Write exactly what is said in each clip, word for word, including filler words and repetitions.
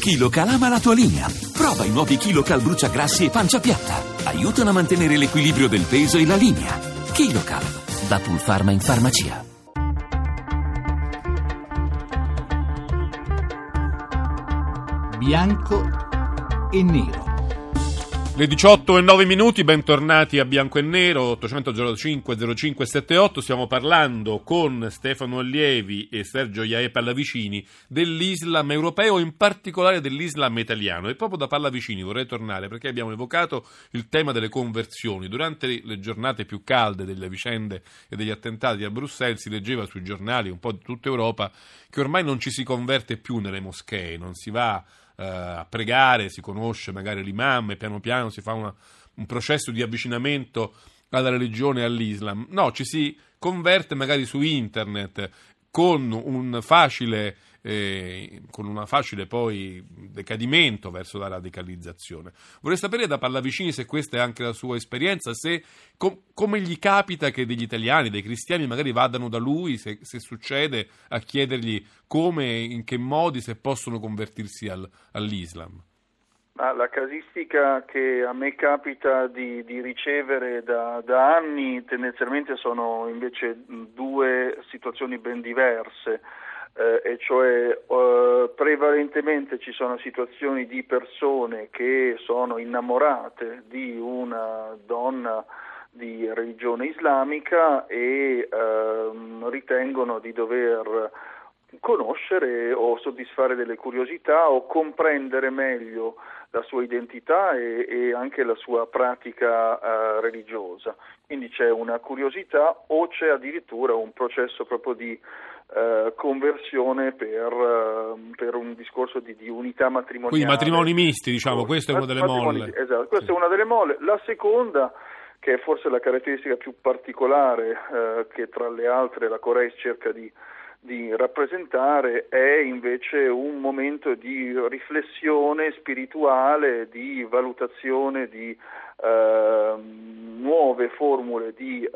KiloCal ama la tua linea. Prova i nuovi KiloCal bruciagrassi e pancia piatta. Aiutano a mantenere l'equilibrio del peso e la linea. KiloCal, da Pulpharma in farmacia. Bianco e nero. Le diciotto e nove minuti, bentornati a Bianco e Nero, ottocento zero cinque zero cinque settantotto. Stiamo parlando con Stefano Allievi e Sergio Iaia Pallavicini dell'Islam europeo, in particolare dell'Islam italiano. E proprio da Pallavicini vorrei tornare, perché abbiamo evocato il tema delle conversioni. Durante le giornate più calde delle vicende e degli attentati a Bruxelles si leggeva sui giornali un po' di tutta Europa che ormai non ci si converte più nelle moschee, non si va a pregare, si conosce magari l'imam e piano piano si fa una, un processo di avvicinamento alla religione e all'Islam. No, ci si converte magari su internet con un facile eh, con una facile poi decadimento verso la radicalizzazione. Vorrei sapere da Pallavicini se questa è anche la sua esperienza, se com- come gli capita che degli italiani, dei cristiani magari vadano da lui, se, se succede, a chiedergli come, in che modi, se possono convertirsi al, all'Islam. Ma la casistica che a me capita di, di ricevere da, da anni tendenzialmente sono invece due situazioni ben diverse. Eh, e cioè eh, prevalentemente ci sono situazioni di persone che sono innamorate di una donna di religione islamica e eh, ritengono di dover conoscere o soddisfare delle curiosità o comprendere meglio la sua identità e, e anche la sua pratica eh, religiosa. Quindi c'è una curiosità o c'è addirittura un processo proprio di Uh, conversione per, uh, per un discorso di, di unità matrimoniale. Quindi matrimoni misti, diciamo, questa è una delle molle. Esatto, questa sì. è una delle molle. La seconda, che è forse la caratteristica più particolare uh, che tra le altre la Koreis cerca di, di rappresentare, è invece un momento di riflessione spirituale, di valutazione di uh, nuove formule di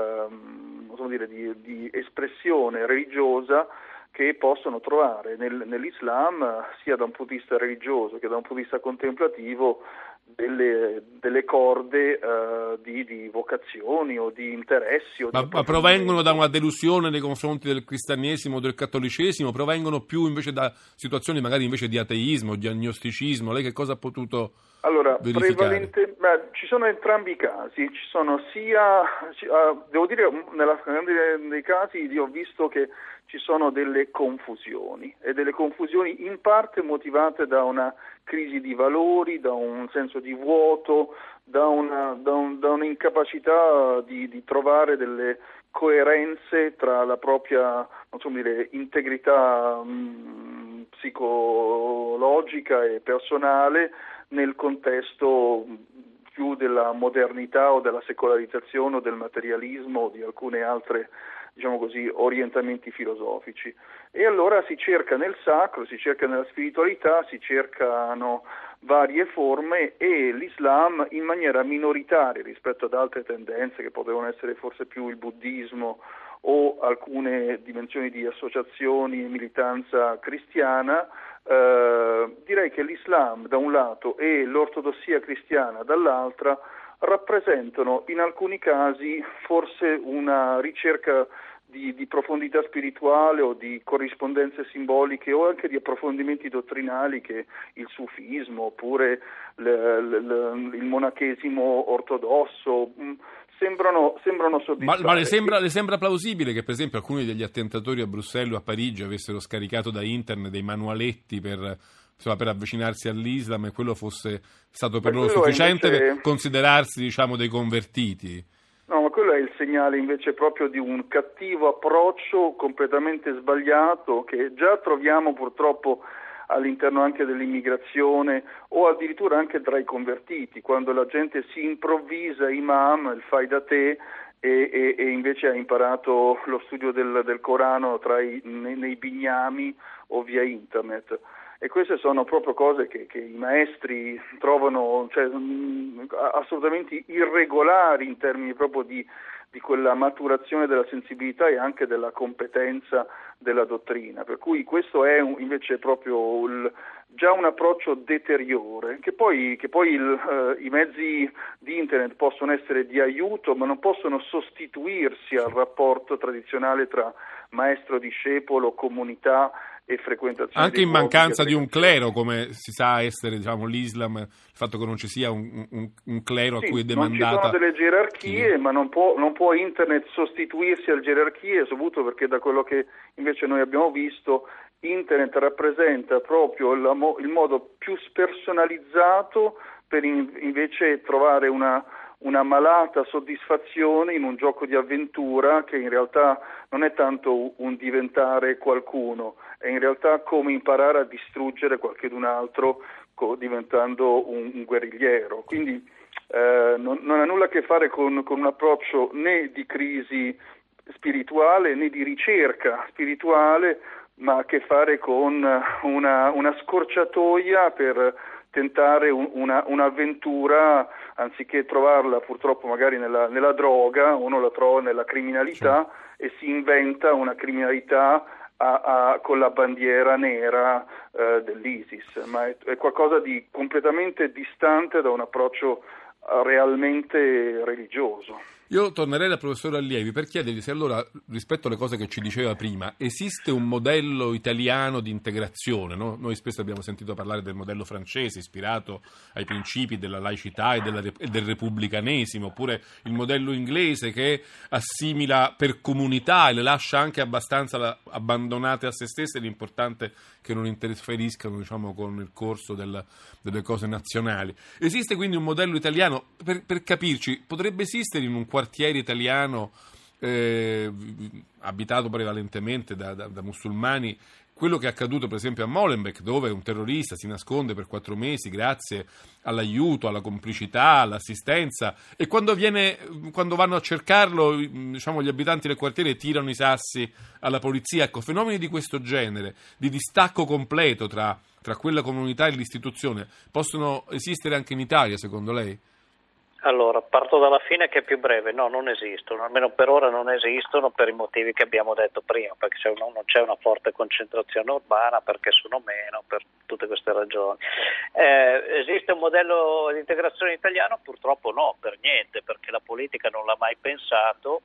uh, dire, di, di espressione religiosa che possono trovare nel, nell'Islam, sia da un punto di vista religioso che da un punto di vista contemplativo, delle, delle corde uh, di, di vocazioni o di interessi. O ma, di ma provengono da una delusione nei confronti del cristianesimo o del cattolicesimo? Provengono più invece da situazioni magari invece di ateismo, di agnosticismo? Lei che cosa ha potuto Allora, verificare? prevalente, beh, ci sono entrambi i casi, ci sono sia, uh, devo dire, nella grande dei casi io ho visto che ci sono delle confusioni, e delle confusioni in parte motivate da una crisi di valori, da un senso di vuoto, da una, da un, da un'incapacità di, di trovare delle coerenze tra la propria, non so dire, integrità mh, psicologica e personale nel contesto più della modernità o della secolarizzazione o del materialismo o di alcune altre, diciamo così, orientamenti filosofici. E allora si cerca nel sacro, si cerca nella spiritualità, si cercano varie forme, e l'Islam in maniera minoritaria rispetto ad altre tendenze che potevano essere forse più il buddismo o alcune dimensioni di associazioni e militanza cristiana, eh, direi che l'Islam da un lato e l'ortodossia cristiana dall'altra rappresentano in alcuni casi forse una ricerca di, di profondità spirituale o di corrispondenze simboliche o anche di approfondimenti dottrinali che il sufismo oppure le, le, le, il monachesimo ortodosso mh, sembrano, sembrano soddisfare. Ma, ma le, sembra, le sembra plausibile che per esempio alcuni degli attentatori a Bruxelles o a Parigi avessero scaricato da internet dei manualetti per... insomma, per avvicinarsi all'Islam, e quello fosse stato per ma loro sufficiente invece... per considerarsi, diciamo, dei convertiti? No, ma quello è il segnale invece proprio di un cattivo approccio completamente sbagliato che già troviamo purtroppo all'interno anche dell'immigrazione o addirittura anche tra i convertiti, quando la gente si improvvisa imam, il fai da te, e, e, e invece ha imparato lo studio del, del Corano tra i, nei, nei bignami o via internet. E queste sono proprio cose che, che i maestri trovano, cioè, mh, assolutamente irregolari in termini proprio di, di quella maturazione della sensibilità e anche della competenza della dottrina. Per cui questo è un, invece proprio il, già un approccio deteriore, che poi, che poi il, eh, i mezzi di internet possono essere di aiuto, ma non possono sostituirsi al rapporto tradizionale tra maestro-discepolo, comunità e frequentazione. Anche in mancanza di un clero, come si sa essere, diciamo, l'Islam, il fatto che non ci sia un, un, un clero, sì, a cui è demandata. Non ci sono delle gerarchie, sì, ma non può, non può internet sostituirsi alle gerarchie, soprattutto perché da quello che invece noi abbiamo visto, internet rappresenta proprio il, il modo più spersonalizzato per in, invece trovare una una malata soddisfazione in un gioco di avventura che in realtà non è tanto un diventare qualcuno, è in realtà come imparare a distruggere qualcun altro diventando un, un guerrigliero. Quindi eh, non, non ha nulla a che fare con, con un approccio né di crisi spirituale né di ricerca spirituale, ma ha a che fare con una, una scorciatoia per tentare un, una, un'avventura, anziché trovarla purtroppo magari nella, nella droga, uno la trova nella criminalità, sì, e si inventa una criminalità a, a, con la bandiera nera eh, dell'ISIS, ma è, è qualcosa di completamente distante da un approccio realmente religioso. Io tornerei dal professor Allievi per chiedergli se allora, rispetto alle cose che ci diceva prima, esiste un modello italiano di integrazione, no? Noi spesso abbiamo sentito parlare del modello francese ispirato ai principi della laicità e, della, e del repubblicanesimo, oppure il modello inglese che assimila per comunità e le lascia anche abbastanza la, abbandonate a se stesse, l'importante che non interferiscano, diciamo, con il corso del, delle cose nazionali. Esiste quindi un modello italiano, per, per capirci, potrebbe esistere in un quartiere italiano eh, abitato prevalentemente da, da, da musulmani quello che è accaduto per esempio a Molenbeek, dove un terrorista si nasconde per quattro mesi grazie all'aiuto, alla complicità, all'assistenza, e quando viene, quando vanno a cercarlo, diciamo, gli abitanti del quartiere tirano i sassi alla polizia. Ecco, fenomeni di questo genere, di distacco completo tra, tra quella comunità e l'istituzione, possono esistere anche in Italia, secondo lei? Allora, parto dalla fine che è più breve. No, non esistono, almeno per ora non esistono per i motivi che abbiamo detto prima, perché c'è una, non c'è una forte concentrazione urbana, perché sono meno, per tutte queste ragioni. Eh, esiste un modello di integrazione italiano? Purtroppo no, per niente, perché la politica non l'ha mai pensato.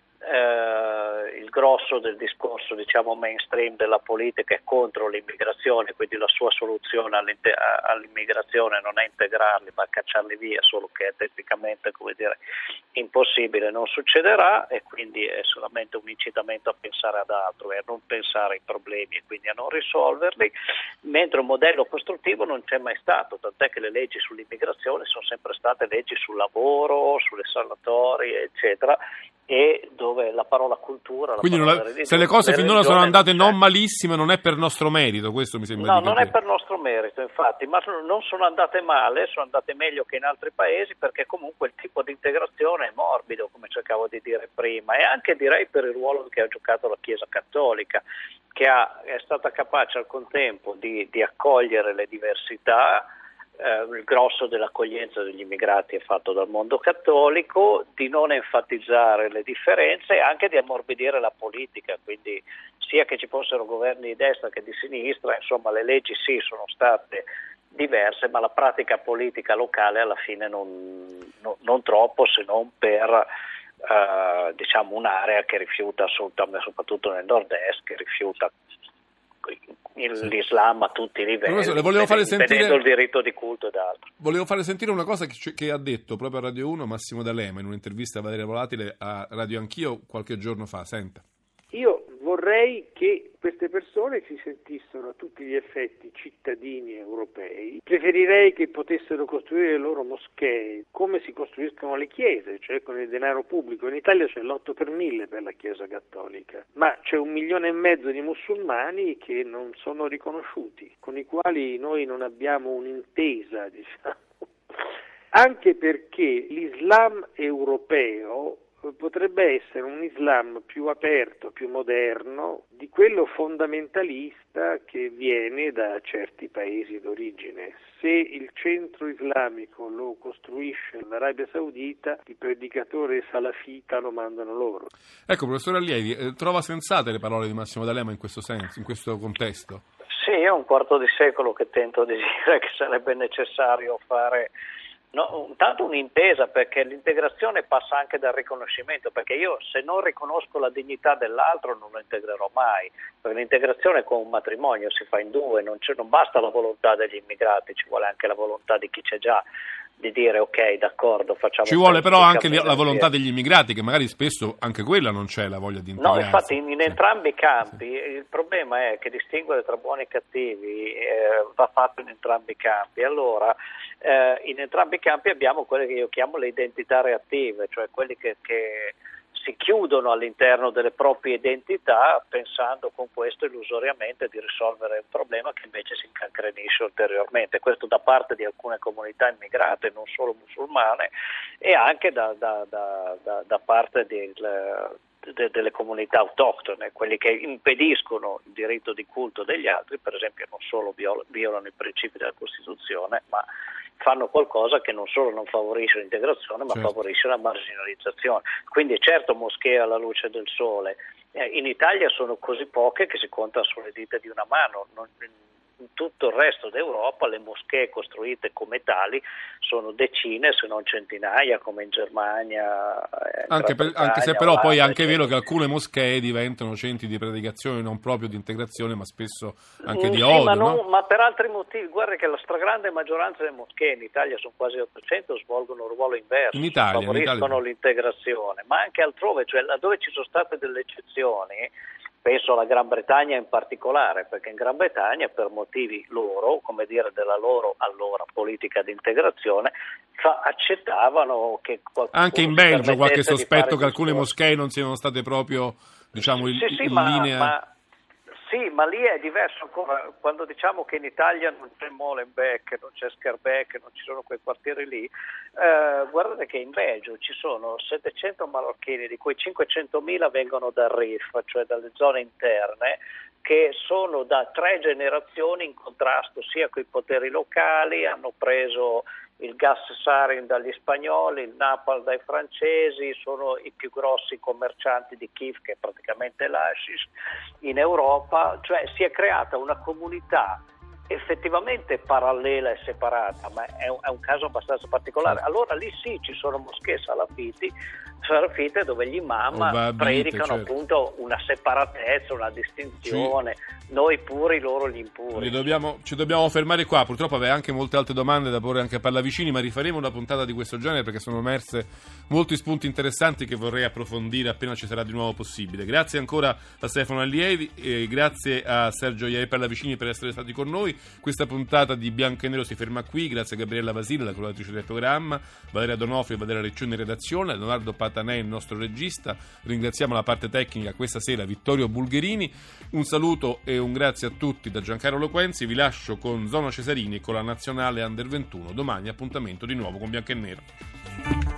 Eh, il grosso del discorso, diciamo, mainstream della politica è contro l'immigrazione, quindi la sua soluzione all'immigrazione non è integrarli ma cacciarli via, solo che è tecnicamente, come dire, impossibile, non succederà, e quindi è solamente un incitamento a pensare ad altro e a non pensare ai problemi e quindi a non risolverli, mentre un modello costruttivo non c'è mai stato, tant'è che le leggi sull'immigrazione sono sempre state leggi sul lavoro, sulle sanatorie, eccetera, e dove la parola cultura, la quindi parola la, religione, se le cose finora sono andate non, non malissime, non è per nostro merito, questo mi sembra. No, di non capire. è per nostro merito, infatti, ma non sono andate male, sono andate meglio che in altri paesi, perché comunque il tipo di integrazione è morbido, come cercavo di dire prima, e anche direi per il ruolo che ha giocato la Chiesa Cattolica, che ha, è stata capace al contempo di, di accogliere le diversità. Eh, il grosso dell'accoglienza degli immigrati è fatto dal mondo cattolico, di non enfatizzare le differenze e anche di ammorbidire la politica, quindi sia che ci fossero governi di destra che di sinistra, insomma le leggi sì sono state diverse, ma la pratica politica locale alla fine non, non, non troppo, se non per eh, diciamo un'area che rifiuta assolutamente, soprattutto nel nord-est, che rifiuta l'Islam a tutti i livelli, le volevo fare impedendo sentire il diritto di culto ed altro. Volevo fare sentire una cosa che, che ha detto proprio a Radio uno Massimo D'Alema in un'intervista a Valeria Volatile a Radio Anch'io qualche giorno fa. Senta. Io vorrei che queste persone si sentissero a tutti gli effetti cittadini europei. Preferirei che potessero costruire le loro moschee come si costruiscono le chiese, cioè con il denaro pubblico. In Italia c'è l'otto per mille per la Chiesa Cattolica, ma c'è un milione e mezzo di musulmani che non sono riconosciuti, con i quali noi non abbiamo un'intesa, diciamo. Anche perché l'Islam europeo potrebbe essere un Islam più aperto, più moderno di quello fondamentalista che viene da certi paesi d'origine. Se il centro islamico lo costruisce l'Arabia Saudita, il predicatore salafita lo mandano loro. Ecco, professor Allievi, eh, trova sensate le parole di Massimo D'Alema in questo senso, in questo contesto? Sì, è un quarto di secolo che tento di dire che sarebbe necessario fare no, intanto un'intesa, perché l'integrazione passa anche dal riconoscimento, perché io se non riconosco la dignità dell'altro non lo integrerò mai, perché l'integrazione con un matrimonio si fa in due, non, c'è, non basta la volontà degli immigrati, ci vuole anche la volontà di chi c'è già, di dire ok, d'accordo, facciamo... Ci vuole però anche la volontà degli immigrati, che magari spesso anche quella non c'è, la voglia di integrarsi. No, infatti in, in entrambi i campi il problema è che distinguere tra buoni e cattivi eh, va fatto in entrambi i campi. Allora, eh, in entrambi i campi abbiamo quelle che io chiamo le identità reattive, cioè quelli che... che si chiudono all'interno delle proprie identità pensando con questo illusoriamente di risolvere un problema che invece si incancrenisce ulteriormente. Questo da parte di alcune comunità immigrate, non solo musulmane, e anche da, da, da, da, da parte del, de, delle comunità autoctone, quelli che impediscono il diritto di culto degli altri, per esempio non solo viol- violano i principi della Costituzione, ma fanno qualcosa che non solo non favorisce l'integrazione, ma certo. favorisce la marginalizzazione. Quindi certo moschee alla luce del sole. Eh, in Italia sono così poche che si contano sulle dita di una mano. Non, in tutto il resto d'Europa le moschee costruite come tali sono decine se non centinaia, come in Germania. Eh, anche, per, anche se però poi è anche vero che alcune moschee diventano centri di predicazione non proprio di integrazione, ma spesso anche mm, di sì, odio. Ma, non, no? ma per altri motivi. Guarda che la stragrande maggioranza delle moschee in Italia, sono quasi ottocento, svolgono un ruolo inverso, in Italia, favoriscono in Italia. l'integrazione, ma anche altrove, cioè laddove ci sono state delle eccezioni. Penso alla Gran Bretagna in particolare, perché in Gran Bretagna per motivi loro, come dire della loro allora politica di integrazione, fa, accettavano che qualcuno anche in Belgio qualche sospetto che alcune discorso. moschee non siano state proprio diciamo sì, in, sì, in ma, linea. Ma, sì, ma lì è diverso ancora. Quando diciamo che in Italia non c'è Molenbeek, non c'è Schaerbeek, non ci sono quei quartieri lì, eh, guardate che in Belgio ci sono settecento marocchini, di cui cinquecentomila vengono dal R I F, cioè dalle zone interne, che sono da tre generazioni in contrasto sia con i poteri locali, hanno preso il gas sarin dagli spagnoli, il napalm dai francesi, sono i più grossi commercianti di Kiev, che è praticamente l'Ashish, in Europa, cioè si è creata una comunità effettivamente parallela e separata, ma è un, è un caso abbastanza particolare. Allora lì sì ci sono moschee salafiti, salafite dove gli imam predicano certo. appunto una separatezza, una distinzione, sì. Noi puri, loro gli impuri. Dobbiamo, ci dobbiamo fermare qua, purtroppo aveva anche molte altre domande da porre anche a Pallavicini, ma rifaremo una puntata di questo genere perché sono emerse molti spunti interessanti che vorrei approfondire appena ci sarà di nuovo possibile. Grazie ancora a Stefano Allievi e grazie a Sergio Iaia Pallavicini per essere stati con noi. Questa puntata di Bianco e Nero si ferma qui, grazie a Gabriella Vasile, la curatrice del programma, Valeria Donofrio e Valeria Reccioni in redazione, Leonardo Patanè il nostro regista. Ringraziamo la parte tecnica questa sera Vittorio Bulgherini. Un saluto e un grazie a tutti da Giancarlo Loquenzi. Vi lascio con Zona Cesarini e con la nazionale Under ventuno. Domani appuntamento di nuovo con Bianco e Nero.